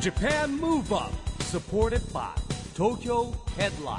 Japan Move Up supported by Tokyo Headline。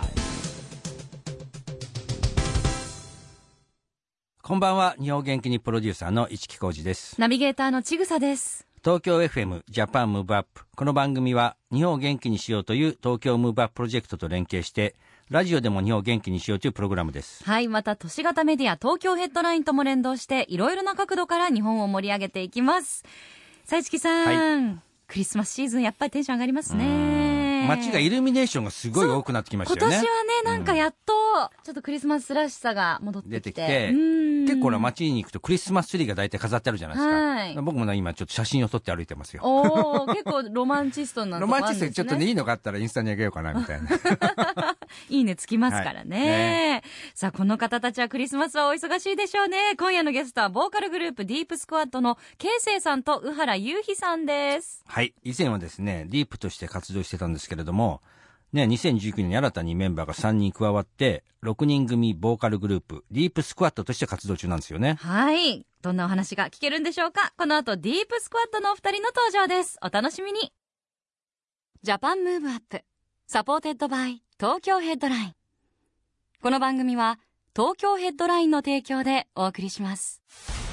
こんばんは。日本元気にプロデューサーの市木浩司です。 ナビゲーターのちぐさです。 東京 FM ジャパンムーブアップ。この番組は日本を元気にしようという東京ムーブアッププロジェクトと連携してラジオでも日本を元気にしようというプログラムです。 はい、また都市型メディア東京ヘッドラインとも連動していろいろな角度から日本を盛り上げていきます。さいちきさん、はい、クリスマスシーズンやっぱりテンション上がりますね。 街がイルミネーションがすごい多くなってきましたよね。 今年はね、なんかやっとちょっとクリスマスらしさが戻ってきて、 出てきて、結構な街に行くとクリスマスツリーが大体飾ってあるじゃないですか、はい、僕もね今ちょっと写真を撮って歩いてますよ。 お結構ロマンチストなとこあるんですね。 ロマンチストちょっとねいいのがあったらインスタにあげようかなみたいな。 いいねつきますからね、はいね。さあこの方たちはクリスマスはお忙しいでしょうね。今夜のゲストはボーカルグループディープスクワットのケイセイさんと宇原雄飛さんです。 はい、以前はですねディープとして活動してたんですけれどもね、2019年に新たにメンバーが3人加わって6人組ボーカルグループディープスクワットとして活動中なんですよね。 はい、どんなお話が聞けるんでしょうか。この後ディープスクワットのお二人の登場です。お楽しみに。ジャパンムーブアップサポーテッドバイ東京ヘッドライン。この番組は東京ヘッドラインの提供でお送りします。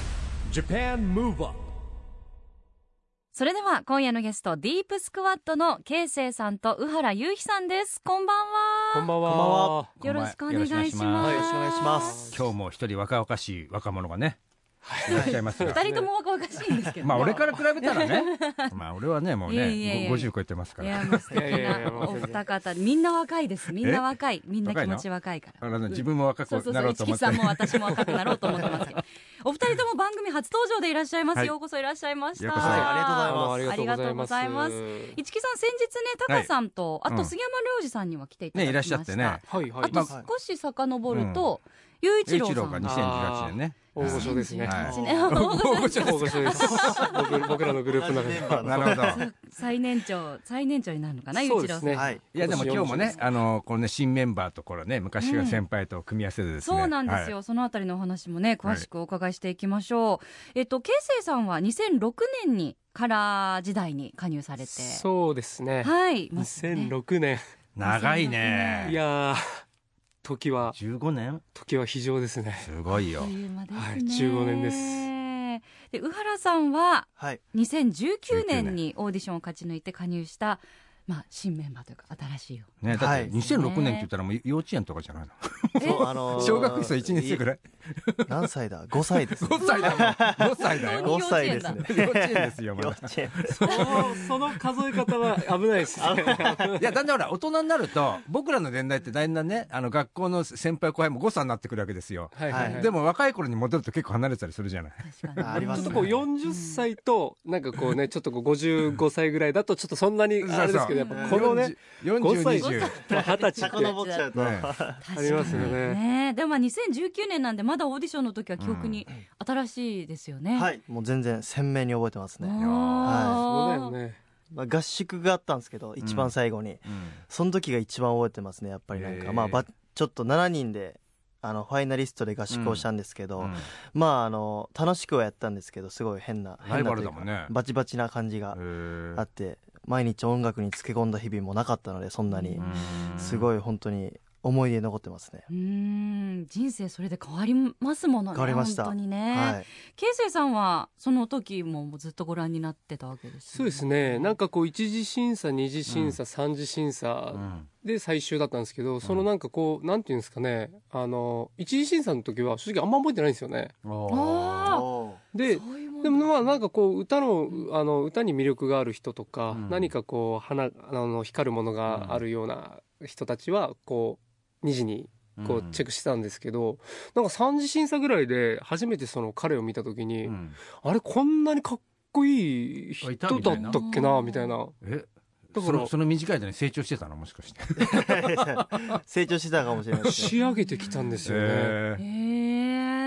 Japan Move Up。 それでは今夜のゲストディープスクワットのケイセイさんと宇原雄飛さんです。こんばんは。 こんばんは。 よろしくお願いします。 はい、よろしくお願いします。 今日も一人若々しい若者がねいらっしゃいますが 2人とも若々しいんですけど、 まあ俺から比べたらねまあ俺はねもうね50超えてますから。 いやもう素敵なお二方みんな若いです。みんな若い、みんな気持ち若いから自分も若くなろうと思って、 市木さんも私も若くなろうと思ってますけどお二人とも番組初登場でいらっしゃいます、はい、ようこそいらっしゃいました。 ありがとうございます。 市木さん先日ねタカさんと、あと杉山良二さんには来ていただきました、 ね、いらっしゃってね、 はいはい、 あと少し遡ると、雄一郎さんが2018年ね大御所ですね。 大御所です。僕らのグループの中で。 なるほど。 最年長になるのかな、雄一郎さん。 はい。いやでも今日もねこのね新メンバーところね昔が先輩と組み合わせでですね。 そうなんですよ。そのあたりのお話もね詳しくお伺いしていきましょう。ケイセイさんは2006年にカラー時代に加入されて。 そうですね。 はい。 2006年。 長いね。 いや時は 15年。 時は非常ですね。 すごいよ。 はい、 15年です。 で宇原さんは2019年にオーディションを勝ち抜いて加入した、まあ、新メンバーというか新しいよ、 ね、だって2006年って言ったらもう幼稚園とかじゃないの。小学生1年生ぐらい。 何歳だ5歳です、 5歳だよ。5歳だよ。 5歳ですね。 幼稚園ですよ。まだその数え方は危ないですね。 いやだんだんほら大人になると僕らの年代ってだんだんね学校の先輩後輩も5歳になってくるわけですよ、はいはいはい、でも若い頃に戻ると結構離れてたりするじゃない。 確かにありますね。 ちょっとこう40歳となんかこうねちょっとこう55歳ぐらいだとちょっとそんなにあれですけど、やっぱこのね 40、 5歳 20、 20歳って遡っちゃうと、 ありますよね。 でもまあ2019年なんでまだオーディションの時は記憶に新しいですよね、 はい、もう全然鮮明に覚えてますね。 はい、そうだよね。 合宿があったんですけど一番最後に、その時が一番覚えてますね。やっぱりなんか、ちょっと7人でファイナリストで合宿をしたんですけど、楽しくはやったんですけどすごい変なライバルだもんね。 バチバチな感じがあって毎日音楽につけ込んだ日々もなかったのでそんなにすごい本当に思い出に残ってますね。 人生それで変わりますものね。 変わりました。 本当にね、はい、ケイセイさんはその時もずっとご覧になってたわけです、ね、 そうですね。なんかこう一次審査二次審査、三次審査で最終だったんですけど、そのなんかこうなんていうんですかね一次審査の時は正直あんま覚えてないんですよね。でもまあなんかこう歌に魅力がある人とか、何かこう光るものがあるような人たちはこう2時にこうチェックしてたんですけど、なんか3次審査ぐらいで初めてその彼を見た時に、あれこんなにかっこいい人だったっけなみたいな。 だからその短い間に成長してたのもしかして成長してたかもしれないですね。 仕上げてきたんですよね。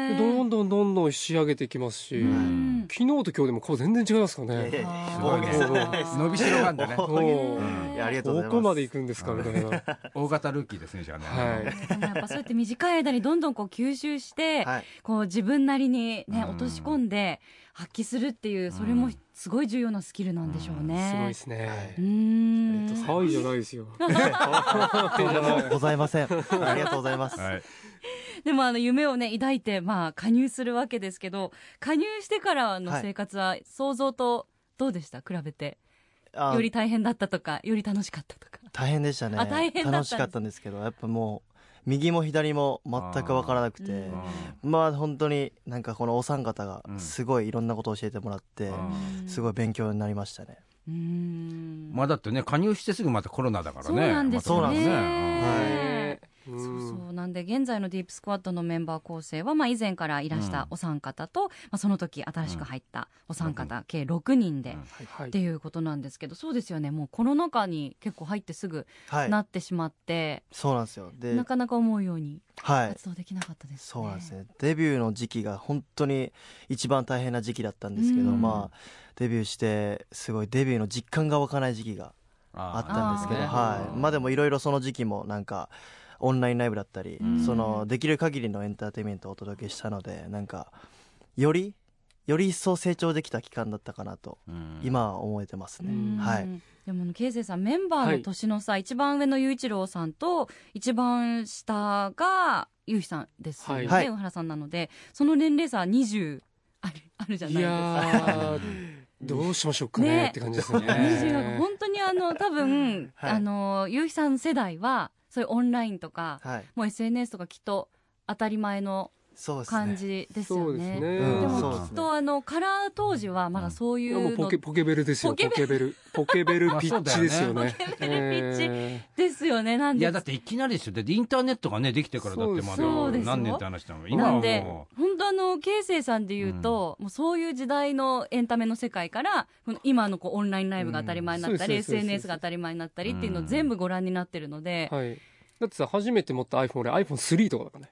どんどんどんどん仕上げていきますし、昨日と今日でも顔全然違いますからね。 すごいね。伸びしろがあるんだね。 いや、ありがとうございます。 どこまで行くんですかみたいな。 大型ルーキーですね、じゃあね。 でもやっぱそうやって短い間にどんどんこう吸収して、こう自分なりにね、落とし込んで発揮するっていう、それもすごい重要なスキルなんでしょうね。 すごいですね。 はいじゃないですよ。 ございません。ありがとうございます。 でも夢をね抱いて加入するわけですけど、加入してからの生活は想像とどうでした？比べて。より大変だったとか、より楽しかったとか。 大変でしたね。 大変だったんです。 楽しかったんですけど、やっぱもう右も左も全く分からなくて、本当になんかこのお三方がすごいいろんなことを教えてもらって、すごい勉強になりましたね。 だってね、加入してすぐまたコロナだからね。 そうなんですよね。 そうなんで現在のディープスクワットのメンバー構成は、以前からいらしたお三方と、その時新しく入ったお三方、計6人で、っていうことなんですけど、そうですよね、もうコロナ禍に結構入ってすぐなってしまって、 そうなんですよ。でなかなか思うように活動できなかったですね。 そうなんですね。デビューの時期が本当に一番大変な時期だったんですけど、デビューしてすごいデビューの実感が湧かない時期があったんですけど、でもいろいろその時期もなんかオンラインライブだったり、できる限りのエンターテインメントをお届けしたので、なんかより一層成長できた期間だったかなと今は思えてますね。 でも圭成さん、メンバーの年の差、一番上の雄一郎さんと一番下がゆうひさんですよね、上原さんなので、その年齢差は20あるじゃないですか。 どうしましょうかねって感じですね。 20本当に多分ゆうひさん世代はそういうオンラインとか、もう SNS とかきっと当たり前の感じですよね。でもきっとカラー当時はまだそういうの、 ポケベルですよ。ポケベルピッチですよね。 ポケベルピッチですよね。なんで、 いやだっていきなりですよ。でインターネットがねできてからだってまだ何年って話なの。今はもう本当圭成さんで言うと、もうそういう時代のエンタメの世界から今のオンラインライブが当たり前になったり、SNS が当たり前になったりっていうのを全部ご覧になってるので、 だってさ、初めて持った iPhone、俺 iPhone3 とかだからね。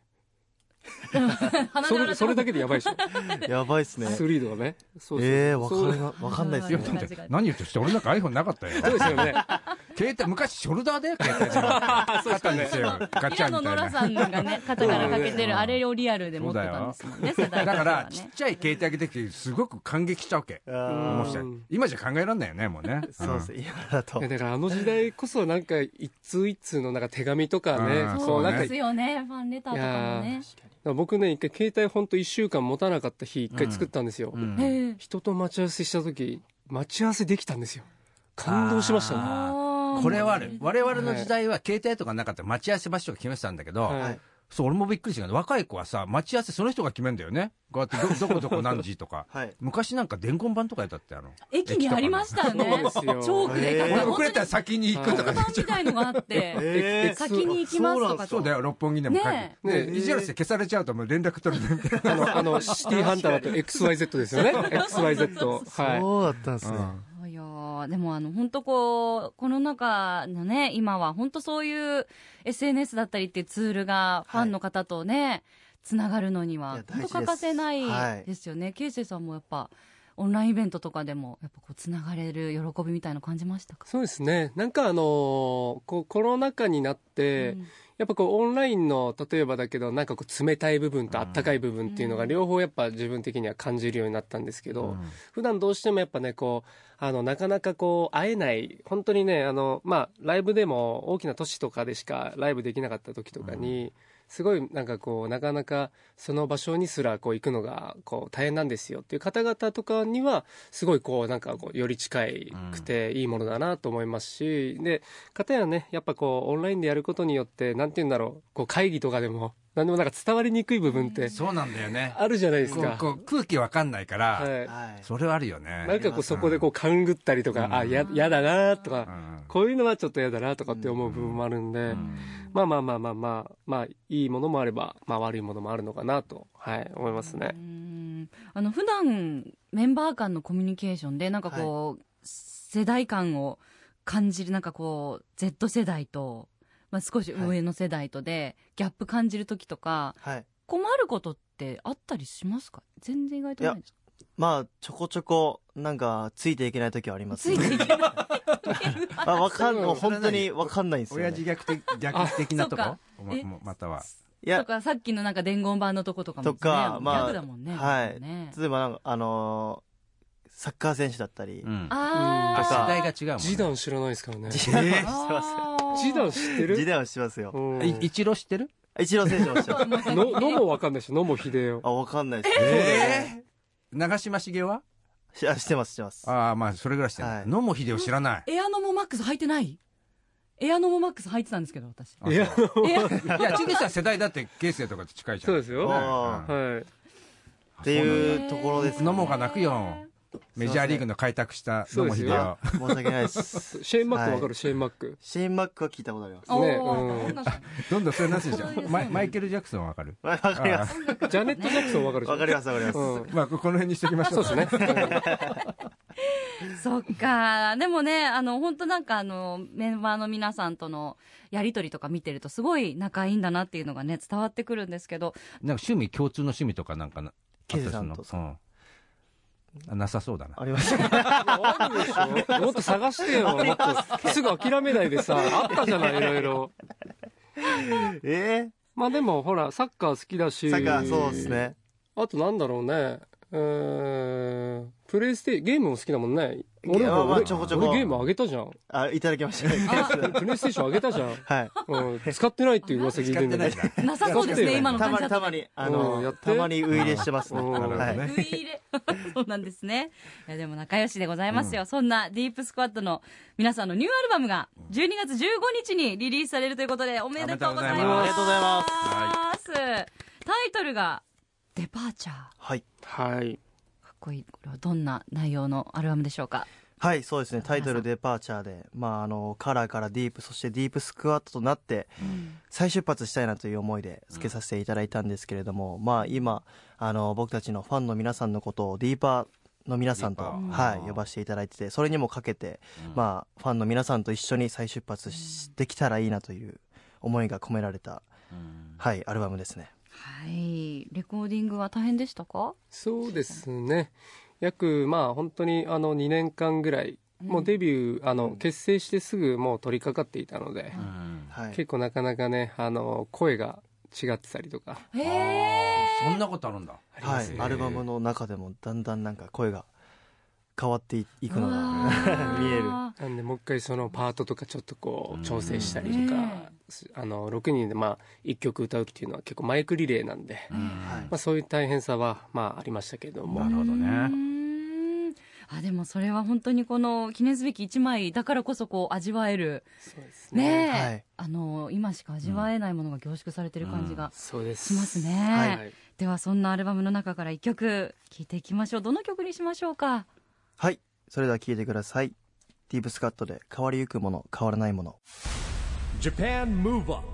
それだけでやばいでしょ。 やばいっすね。 3とかね。 わかんないですよ。 何言ってる？俺なんか iPhone なかったよ。 そうですよね。 携帯昔ショルダーだよ、携帯で。 そうですですよ。ガチャみたいな。 ノラさんがね、肩からかけてるあれをリアルで持ってたんですもんね。 だからちっちゃい携帯ができてすごく感激したわけ。今じゃ考えられないよね、もうね。 そうです。今だと。 だから時代こそなんか一通一通のなんか手紙とかね。 そうですよね。ファンレターとかもね。 僕ね、一回携帯ほんと1週間持たなかった日一回作ったんですよ。人と待ち合わせした時、待ち合わせできたんですよ。感動しましたね。 これはある。我々の時代は携帯とかなかったら待ち合わせ場所とか決めてたんだけど、そう、俺もびっくりしたけど、若い子はさ、待ち合わせその人が決めんだよね。こうやってどこどこ何時とか。昔なんか伝言板とかやったって駅にありましたよね。チョークで遅れたら先に行くとか。 看板みたいのがあって、先に行きますとか。 そうだよ、六本木でも書いて。ね、意地悪して消されちゃうともう連絡取るね。 シティハンターだと XYZ ですよね。XYZ。 そうだったんですね。 でも本当この中のね、今は本当そういう SNS だったりっていうツールがファンの方とね、つながるのには本当欠かせないですよね。圭成さんもやっぱオンラインイベントとかでもやっぱつながれる喜びみたいなの感じましたか？ そうですね。なんかコロナ禍になって、やっぱオンラインの例えばだけどなんか冷たい部分とあったかい部分っていうのが両方やっぱ自分的には感じるようになったんですけど、普段どうしてもやっぱねなかなか会えない本当にねライブでも大きな都市とかでしかライブできなかった時とかに、すごいなんかなかなかその場所にすら行くのが大変なんですよっていう方々とかにはすごいなんかより近くていいものだなと思いますし、で方やねやっぱオンラインでやることによってなんて言うんだろう、会議とかでも何でもなんか伝わりにくい部分ってそうなんだよね、 あるじゃないですか。 空気わかんないから、それはああるよね。 なんかそこで勘ぐったりとか、やだなとか、こういうのはちょっとやだなとかって思う部分もあるんで、まあいいものもあれば、悪いものもあるのかなと、思いますね。 普段メンバー間のコミュニケーションでなんか世代間を感じる、なんかZ 世代と、少し上の世代とでギャップ感じる時とか、困ることっってあったりしますか？全然意外とないですか？ まあちょこちょこなんかついていけない時はあります、 ついていけない本当に分かんないんですよ、ね、 親父逆的なとこまたは。 いやとかさっきのなんか伝言版のとことかも、ね、 とか、 まあ、ギャグだもんね。 はい。 ね、 例えばなんかサッカー選手だったり、 世あ代が違うもんね。 ジダン知らないですからね。 ジダン知ってます。 ジダン知ってる？ ジダン知ってますよ。 イチロー知ってる？ イチロー選手も知ってます。 野もわかんないし、野も秀夫。 わかんないです。 長嶋茂雄は？ 知ってます。 ああ、まあそれぐらい知ってる。野茂英雄知らない。 エアノモマックス履いてない？エアノモマックス履いてたんですけど、私。 いや、チゲさん世代だってケースとかと近いじゃん。 そうですよ。はい。 っていうところです。 野茂が泣くよ。メジャーリーグの開拓した野茂英雄。 申し訳ないです。 シェーンマックわかる？シェーンマック。 シェーンマックは聞いたことあります。 ね。どんどんそれなしでしょ。マイケル・ジャクソンわかる？ わかります。 ジャネット・ジャクソンわかる？ わかります。 まあこの辺にしときましょう。 そうですね。 そっか。でもね、本当なんかメンバーの皆さんとのやりとりとか見てるとすごい仲いいんだなっていうのがね伝わってくるんですけど。 なんか共通の趣味とかなんかケイさんとなさそうだな。 あります。 あるでしょ。もっと探してよ。もっとすぐ諦めないでさ、あったじゃない、いろいろ。まあでもほらサッカー好きだし。 サッカーそうですね。 あとなんだろうね。プレイステゲームも好きだもんね。俺ゲームあげたじゃん。 いただきました。 プレイステーションあげたじゃん。 はい。 使ってないっていう噂聞いてるんだけど。 なさそうですね、今の感じだと。 たまにウイイレしてますね。 ウイイレ。そうなんですね。いやでも仲良しでございますよ。そんなディープスクワットの皆さんのニューアルバムが12月15日にリリースされるということでおめでとうございます。 ありがとうございます。タイトルがデパーチャー。 はい。 はい。 かっこいい。これはどんな内容のアルバムでしょうか？ はい、そうですね。タイトルデパーチャーで、カラーからディープ、そしてディープスクワットとなって、再出発したいなという思いで付けさせていただいたんですけれども、今、僕たちのファンの皆さんのことをディーパーの皆さんと、呼ばせていただいてて、それにもかけて、ファンの皆さんと一緒に再出発できたらいいなという思いが込められた、アルバムですね。 はい。レコーディングは大変でしたか？ そうですね。約本当に2年間ぐらい、もうデビュー結成してすぐもう取り掛かっていたので、結構なかなかね声が違ってたりとか。 そんなことあるんだ。 はい。アルバムの中でもだんだんなんか声が変わっていくのが見える。 なんでもう一回そのパートとかちょっとこう調整したりとか、6人で1曲歌うっていうのは結構マイクリレーなんで、そういう大変さはありましたけれども。 なるほどね。 でもそれは本当にこの記念すべき1枚だからこそこう味わえる。 そうですね。 ねえ、今しか味わえないものが凝縮されてる感じがしますね。 はい、 ではそんなアルバムの中から1曲聴いていきましょう。どの曲にしましょうか？ はい、それでは聴いてください。ディープスカットで変わりゆくもの変わらないもの。 Japan Move Up。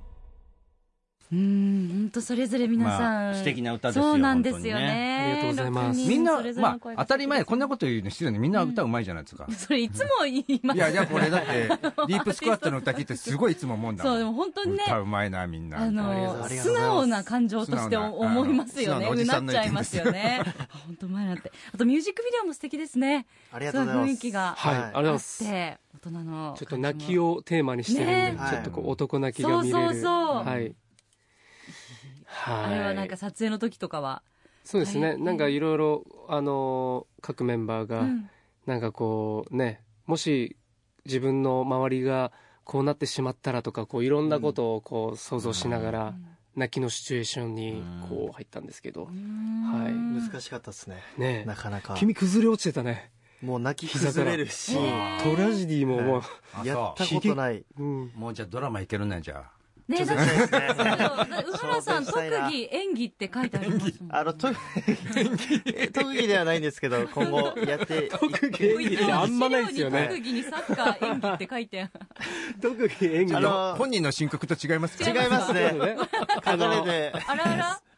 本当それぞれ皆さん、 素敵な歌ですよ。 そうなんですよね。 ありがとうございます。 みんな当たり前、こんなこと言うの失礼にみんな歌うまいじゃないですか。 それいつも言います。 いやこれだってディープスクワットの歌聞いてすごいいつも思うんだもん。 そうでも本当にね、 歌うまいなみんな。 素直な感情として思いますよね。うなっちゃいますよね。本当うまいなって。あとミュージックビデオも素敵ですね。 ありがとうございます。 雰囲気があって、 大人のちょっと泣きをテーマにしてるんで、ちょっとこう男泣きが見れる。はい。 あれはなんか撮影の時とかはそうですね。なんかいろいろ各メンバーがなんかこうね、もし自分の周りがこうなってしまったらとか、こういろんなことをこう想像しながら泣きのシチュエーションにこう入ったんですけど、 難しかったですね。 ね、 なかなか。 君崩れ落ちてたね。 もう泣き崩れるし、 トラジディももうやったことない。 もうじゃあドラマいけるねじゃあ。 ね、だって宇原さん特技演技って書いてありますもん。 特技ではないんですけど、今後やって特技演技ってあんまないですよね。 特技にサッカー演技って書いてある。 特技演技本人の申告と違いますか？ 違いますね。書かれてあらあら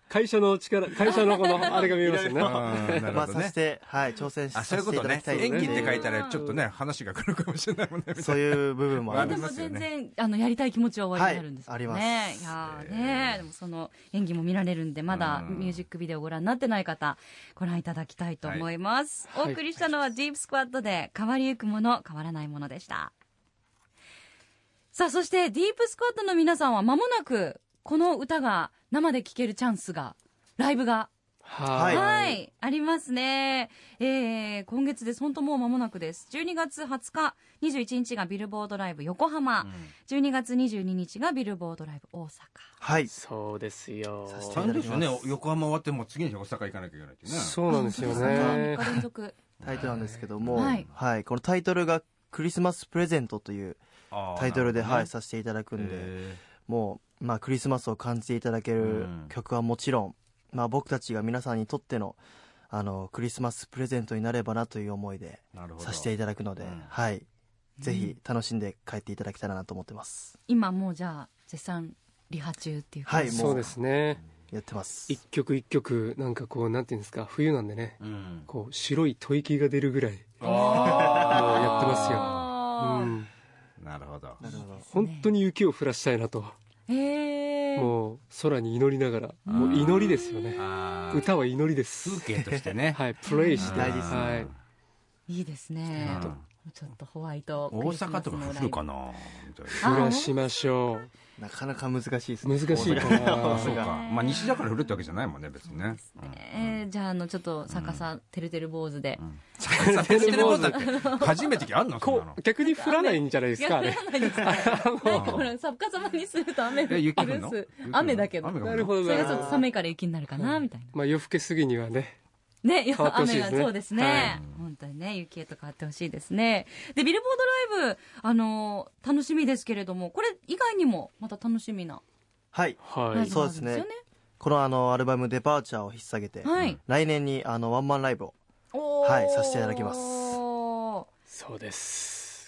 会社のこのあれが見えますよね。 まあさせて、挑戦させていただきたい演技って書いたらちょっとね話が来るかもしれないもんね。 そういう部分もあります。 でも全然やりたい気持ちは終わりになるんですよね。 あります。 いやね、でもその演技も見られるんで、まだミュージックビデオをご覧になってない方ご覧いただきたいと思います。お送りしたのはディープスクワットで変わりゆくもの変わらないものでした。さあ、そしてディープスクワットの皆さんは間もなくこの歌が生で聴けるチャンスが、ライブがありますね。今月です。本当もう間もなくです。12月20日21日がビルボードライブ横浜、12月22日がビルボードライブ大阪。 はい、 そうですよ。 3ですよね。横浜終わっても次に大阪行かなきゃいけないってね。 そうなんですよね。 3日連続タイトルなんですけども、このタイトルがクリスマスプレゼントというタイトルで、させていただくんで、もう、クリスマスを感じていただける曲はもちろん、僕たちが皆さんにとってのクリスマスプレゼントになればなという思いでさせていただくので、ぜひ楽しんで帰っていただけたらなと思ってます。 今もうじゃあ絶賛リハ中っていうか、 そうですね、 やってます。 一曲一曲なんかこうなんていうんですか、冬なんでね、こう白い吐息が出るぐらいもうやってますよ。 なるほど。 本当に雪を降らしたいなと。もう空に祈りながら、もう祈りですよね。歌は祈りです。 風景としてね。 プレイして。 いいですね。ちょっとホワイト大阪とか降るかな。 降らしましょう。 なかなか難しいですね。難しいかな。 そうか。西だから降るってわけじゃないもんね、別にね。 じゃあちょっと逆さてるてる坊主で。 てるてる坊主って初めてあんの？ 逆に降らないんじゃないですか。降らないですか。 逆さまにすると雨雪降るの？ 雨だけど。 なるほど。 それがちょっと寒いから雪になるかなみたいな。 夜更けすぎにはね。 雨がそうですね。本当にね、雪へと変わってほしいですね。で、ビルボードライブ、楽しみですけれども、これ以外にもまた楽しみな。 そうですね。このアルバムデパーチャーを引っ提げて、来年にワンマンライブをさせていただきます。 そうです。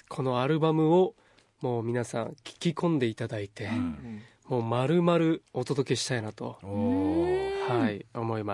このアルバムをもう皆さん聞き込んでいただいて、もう丸々お届けしたいなと思います。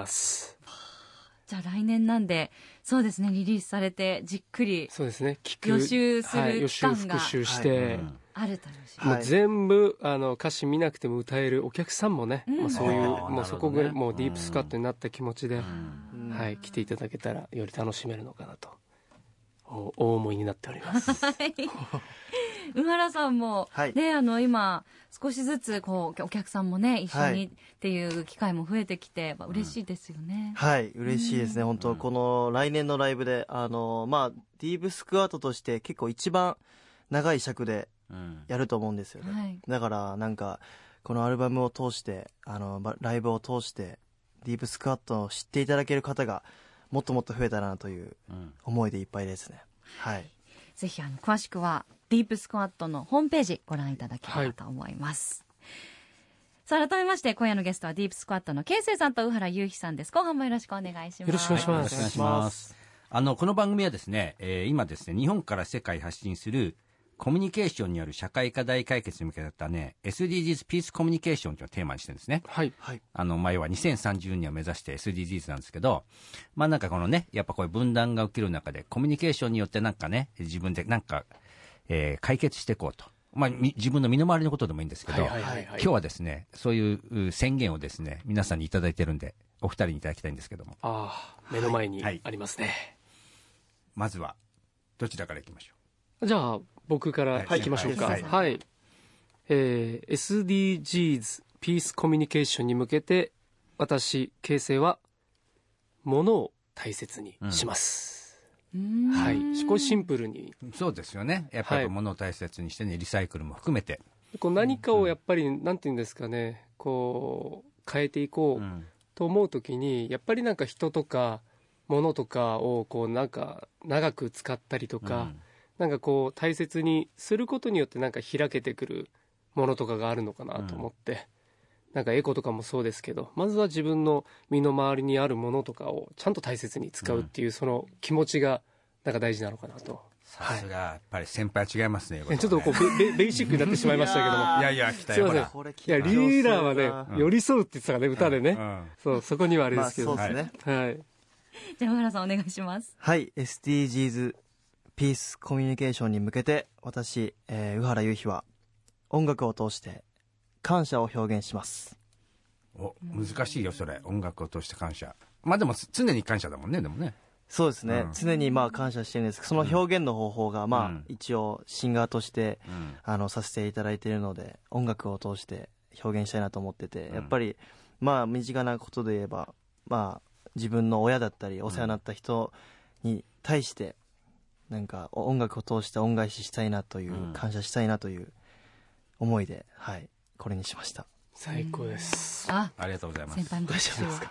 じゃあ来年なんで、そうですね、リリースされてじっくりそうですね、 予習する予習復習してあるともう全部歌詞見なくても歌えるお客さんもね、そういうもうそこがもうディープスカットになった気持ちで来ていただけたらより楽しめるのかなと大思いになっております。 宇原さんも、ね、今少しずつこうお客さんもね一緒にっていう機会も増えてきて、嬉しいですよね。 嬉しいですね。本当この来年のライブでディープスクワットとして結構一番長い尺でやると思うんですよね。だからなんかこのアルバムを通してライブを通してディープスクワットを知っていただける方がもっともっと増えたらなという思いでいっぱいですね。 ぜひ詳しくはディープスクワットのホームページご覧いただければと思います。さあ改めまして今夜のゲストはディープスクワットのケイセイさんと宇原雄飛さんです。後半もよろしくお願いします。 よろしくお願いします。 この番組はですね、今ですね日本から世界発信するコミュニケーションによる社会課題解決に向けたね SDGs ピースコミュニケーションというのをテーマにしてるんですね。要は2030年を目指して SDGs なんですけど、なんかこのねやっぱこういう分断が起きる中でコミュニケーションによってなんかね自分でなんか解決していこうと、自分の身の回りのことでもいいんですけど、今日はですねそういう宣言をですね皆さんにいただいてるんでお二人にいただきたいんですけども。 目の前にありますね。 まずはどちらからいきましょう。じゃあ僕からいきましょうか。SDGs ピースコミュニケーションに向けて私ケイセイは物を大切にします。これシンプルに。 そうですよね。やっぱり物を大切にしてね、リサイクルも含めて何かをやっぱりなんていうんですかね、こう変えていこうと思うときにやっぱりなんか人とか物とかをこうなんか長く使ったりとか、なんかこう大切にすることによってなんか開けてくるものとかがあるのかなと思って、なんかエコとかもそうですけど、まずは自分の身の回りにあるものとかをちゃんと大切に使うっていうその気持ちがなんか大事なのかなとさすがやっぱり先輩は違いますね。 ちょっとこうベーシックになってしまいましたけどもいやいや来たすいませんよほら。 いやリーダーはね、寄り添うって言ってたからね、歌でね、そこにはあれですけど、 そうですね。 はい。 じゃあ小原さんお願いします。 はい、SDGs ピースコミュニケーションに向けて私、宇原雄飛は音楽を通して感謝を表現します。 お、難しいよそれ。音楽を通して感謝。まあでも常に感謝だもんね。でもね。 そうですね、常にまあ感謝してるんですけど、その表現の方法がまあ一応シンガーとしてさせていただいているので、音楽を通して表現したいなと思ってて、やっぱりまあ身近なことで言えば、まあ自分の親だったりお世話になった人に対してなんか音楽を通して恩返ししたいなという、感謝したいなという思いで、はい、これにしました。 最高です。 ありがとうございます。 先輩も大丈夫ですか。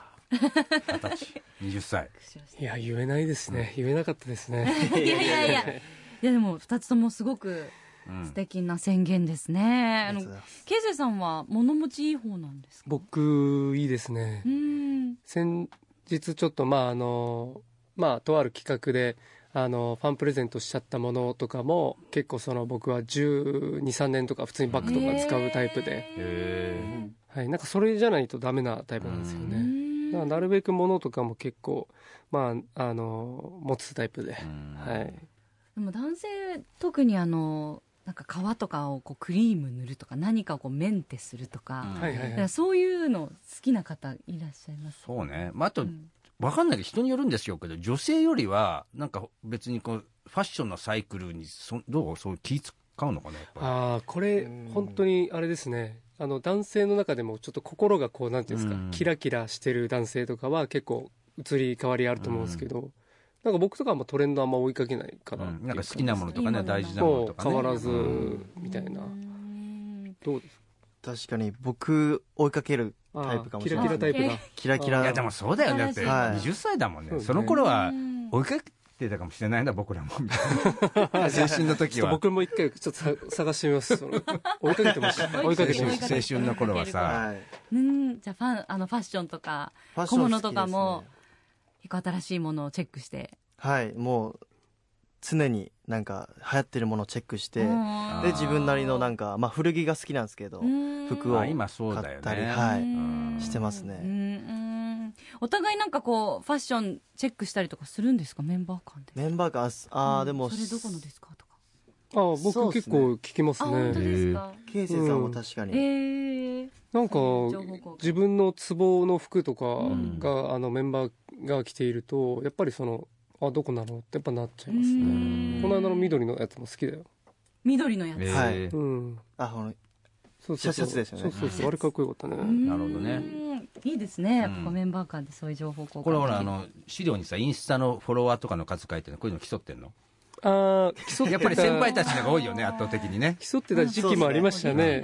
20歳20歳。 いや言えないですね、言えなかったですね。 いやでも2つともすごく素敵な宣言ですね。ケイセイさんは物持ちいい方なんですか。 僕いいですね。先日ちょっとまあとある企画でファンプレゼントしちゃったものとかも結構僕は12、3年とか普通にバッグとか使うタイプで、はい、なんかそれじゃないとダメなタイプなんですよね。だからなるべくものとかも結構まあ持つタイプで、はい。 でも男性特になんか皮とかをこうクリーム塗るとか何かをこうメンテするとか、そういうの好きな方いらっしゃいます。 そうね、まあ、あと、分かんないけど人によるんですよけど、女性よりはなんか別にこうファッションのサイクルにどうそういう気使うのかね。 これ本当にあれですね。男性の中でもちょっと心がこうなんていうんですか、キラキラしてる男性とかは結構移り変わりあると思うんですけど、なんか僕とかはトレンドあんま追いかけないかな、 なんか好きなものとかね、大事なものとかね、 変わらずみたいな。どうですか。確かに僕追いかけるタイプかもしれない。 キラキラタイプだ。 キラキラ。 いやでもそうだよね。だって20歳だもんね。その頃は追いかけてたかもしれないんだ僕らも。青春の時は。 僕も一回ちょっと探してみます。追いかけてました。追いかけてました。 青春の頃はさ。 じゃあファッションとか小物とかも結構新しいものをチェックして。 はい、もう常になんか流行ってるものをチェックして、で自分なりのなんかまあ古着が好きなんですけど、服を買ったり、はい、してますね。 お互いなんかこうファッションチェックしたりとかするんですか、メンバー間で。 メンバー間、でもそれどこのですかとか。 僕結構聞きますね。 本当ですか。 ケイセイさんも確かに。 なんか自分のツボの服とかがメンバーが着ているとやっぱりどこなのってやっぱなっちゃいますね。この間の緑のやつも好きだよ。 緑のやつ。 はい。シャツですよね。 そうあれかっこよかったね。 なるほどね。 いいですね。やっぱメンバー間でそういう情報交換。 これほら資料にさインスタのフォロワーとかの数書いてるの、こういうの競ってんの？やっぱり先輩たちのが多いよね、圧倒的にね。 競ってた時期もありましたね。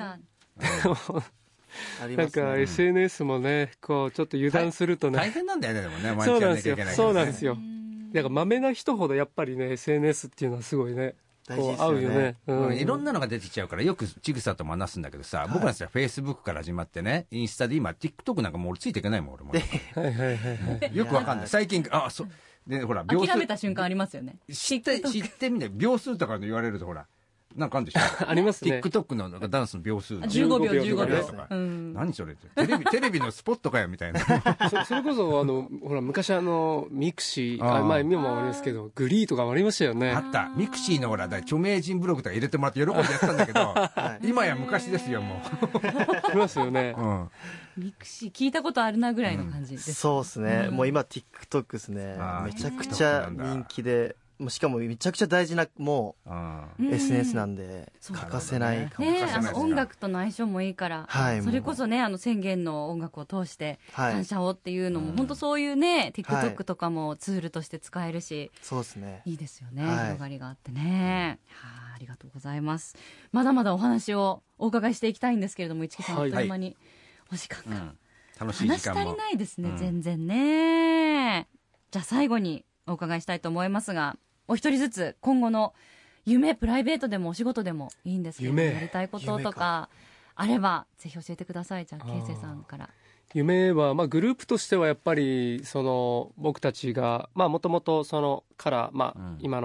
なんか SNS もね、こうちょっと油断するとね、 大変なんだよね。でもね、 そうなんですよ。そうなんですよ。なんかまめな人ほどやっぱりね SNS っていうのはすごいね、こう合うよね。 いろんなのが出てきちゃうから、よくちぐさとも話すんだけどさ、僕らさフェイスブックから始まってね、インスタで今 TikTok なんかもう俺ついていけないもん俺も。よくわかんない。最近そうでほら諦めた瞬間ありますよね。 知ってみて、秒数とか言われるとほら。なんかあるんでしょ。 ありますね。 TikTok のダンスの秒数 15秒とか。何それって。テレビのスポットかよみたいな。 それこそほら昔ミクシー、今もありますけどグリーとかもありましたよね。 あった。ミクシーのほら著名人ブログとか入れてもらって喜んでやったんだけど、今や昔ですよもう。いますよね。 ミクシー聞いたことあるなぐらいの感じです。 そうですね。もう今 TikTok ですね。めちゃくちゃ人気で。しかもめちゃくちゃ大事なもう SNS なんで欠かせないかもしれない。 音楽との相性もいいから、それこそね宣言の音楽を通して感謝をっていうのも本当そういうね TikTok とかもツールとして使えるし、 そうですね、 いいですよね。広がりがあってね。ありがとうございます。まだまだお話をお伺いしていきたいんですけれども、市木さんあっという間にお時間が楽しい時間も話し足りないですね、全然ね。じゃあ最後にお伺いしたいと思いますが、お一人ずつ今後の夢、プライベートでもお仕事でもいいんですけど、やりたいこととかあればぜひ教えてください。じゃあケイセイさんから。 夢は、グループとしてはやっぱり僕たちがもともとから、今の、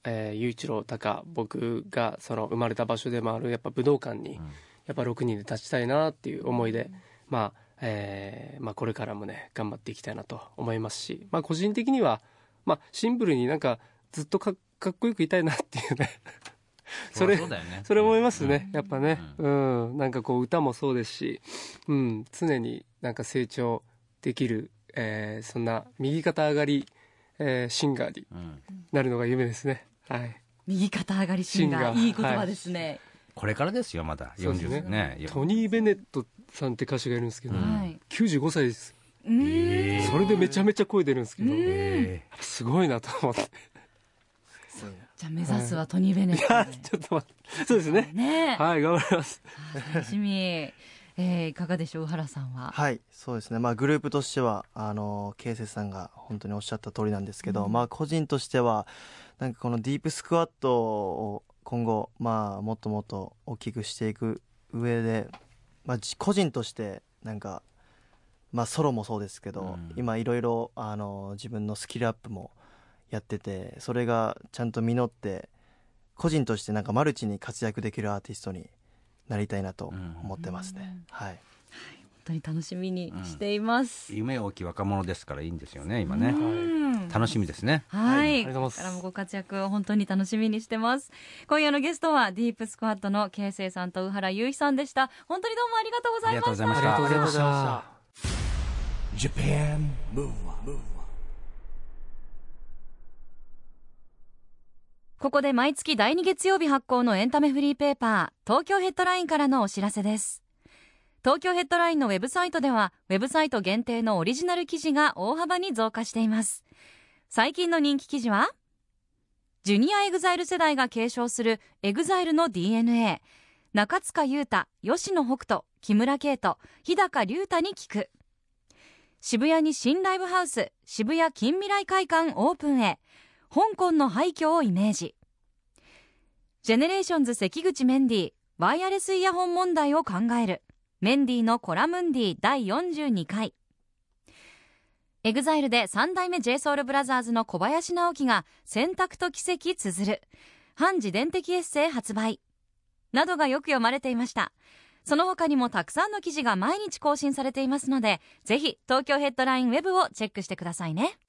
雄一郎高僕がその生まれた場所でもあるやっぱ武道館にやっぱ6人で立ちたいなっていう思いで、まあこれからもね頑張っていきたいなと思いますし、個人的にはシンプルになんかずっとかっこよくいたいなっていうねそれ思いますね、やっぱね、なんかこう歌もそうですし、常になんか成長できる、そんな右肩上がり、シンガーになるのが夢ですね。はい、 右肩上がりシンガー、いい言葉ですね。はい、 これからですよ、まだ40ね。 トニー・ベネットさんって歌手がいるんですけど、95歳です。それでめちゃめちゃ声出るんですけど、すごいなと思って。 じゃあ目指すはトニー・ベネット、 ちょっと待って、そうですね。はい、頑張ります。 楽しみ。いかがでしょう、宇原さんは。 はい、そうですね。グループとしてはケイセイさんが本当におっしゃった通りなんですけど、個人としてはなんかこのディープスクワットを今後もっともっと大きくしていく上で、個人としてなんかソロもそうですけど、今いろいろ自分のスキルアップもやってて、それがちゃんと実って個人としてなんかマルチに活躍できるアーティストになりたいなと思ってますね。はい、本当に楽しみにしています。 夢大きい若者ですからいいんですよね、今ね。楽しみですね。 はい、これからもご活躍を本当に楽しみにしてます。今夜のゲストはディープスクワットのケイセイさんと宇原雄飛さんでした。本当にどうもありがとうございました。 ありがとうございました。 Japan Move Up。 ここで毎月第2月曜日発行のエンタメフリーペーパー、東京ヘッドラインからのお知らせです。東京ヘッドラインのウェブサイトでは、ウェブサイト限定のオリジナル記事が大幅に増加しています。最近の人気記事は、ジュニアエグザイル世代が継承するエグザイルの DNA、中塚裕太、吉野北斗、木村圭人、日高龍太に聞く。渋谷に新ライブハウス、渋谷近未来会館オープンへ。香港の廃墟をイメージ。ジェネレーションズ関口メンディー、ワイヤレスイヤホン問題を考える。メンディーのコラムンディ第42回。エグザイルで3代目 JSOULBROTHERS の小林直樹が選択と奇跡綴る。反自伝的エッセイ発売。などがよく読まれていました。その他にもたくさんの記事が毎日更新されていますので、ぜひ東京ヘッドラインウェブをチェックしてくださいね。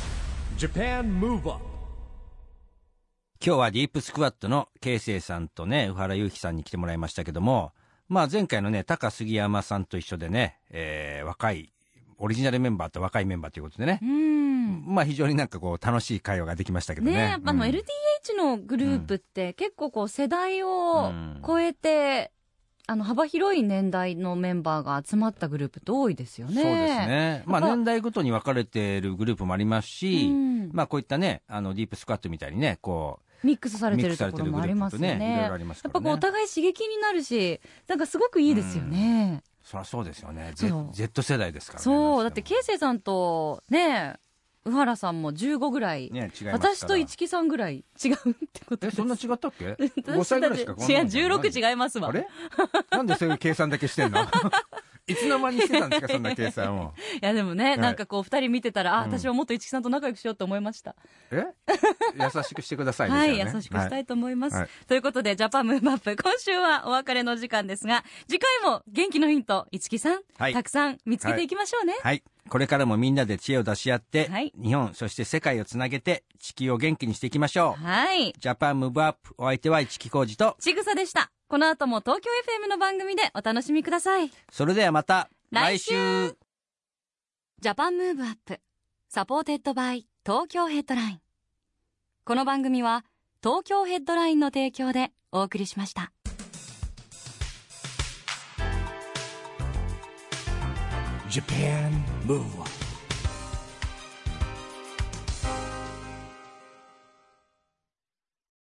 Japan Move Up。 今日はディープスクワットのケイセイさんとね、宇原雄飛さんに来てもらいましたけども、前回のね、高杉山さんと一緒でね、若いオリジナルメンバーと若いメンバーということでね、非常になんかこう楽しい会話ができましたけどね。 やっぱLDH のグループって結構こう世代を超えて、幅広い年代のメンバーが集まったグループって多いですよね。 そうですね。年代ごとに分かれているグループもありますし、こういったね、ディープスクワットみたいにね、こう、 ミックスされてるところもありますよね。 いろいろありますからね。 やっぱこうお互い刺激になるし、なんかすごくいいですよね。 そりゃそうですよね。Z 世代ですからね。 そう、だってケイセイさんとね、宇原さんも15ぐらい、 ね、違いますから。 私と市木さんぐらい違うってことです。 そんな違ったっけ？5歳ぐらいしか違う、16違いますわ。 あれなんでそういう計算だけしてんのいつの間にしてたんですか、そんな計算を。 いやでもね、なんかこう2人見てたら、私はもっと市木さんと仲良くしようと思いました。 優しくしてくださいね。 はい、優しくしたいと思います。ということで、ジャパンムーブアップ、今週はお別れの時間ですが、次回も元気のヒント、市木さん、たくさん見つけていきましょうね。 はい。これからもみんなで知恵を出し合って、日本、そして世界をつなげて、地球を元気にしていきましょう。 はい。 ジャパンムーブアップ、お相手は市木浩二と、 ちぐさでした。この後も東京 FM の番組でお楽しみください。 それではまた、来週。 ジャパンムーブアップ、サポーテッドバイ東京ヘッドライン。この番組は、東京ヘッドラインの提供でお送りしました。 Japan Move Up。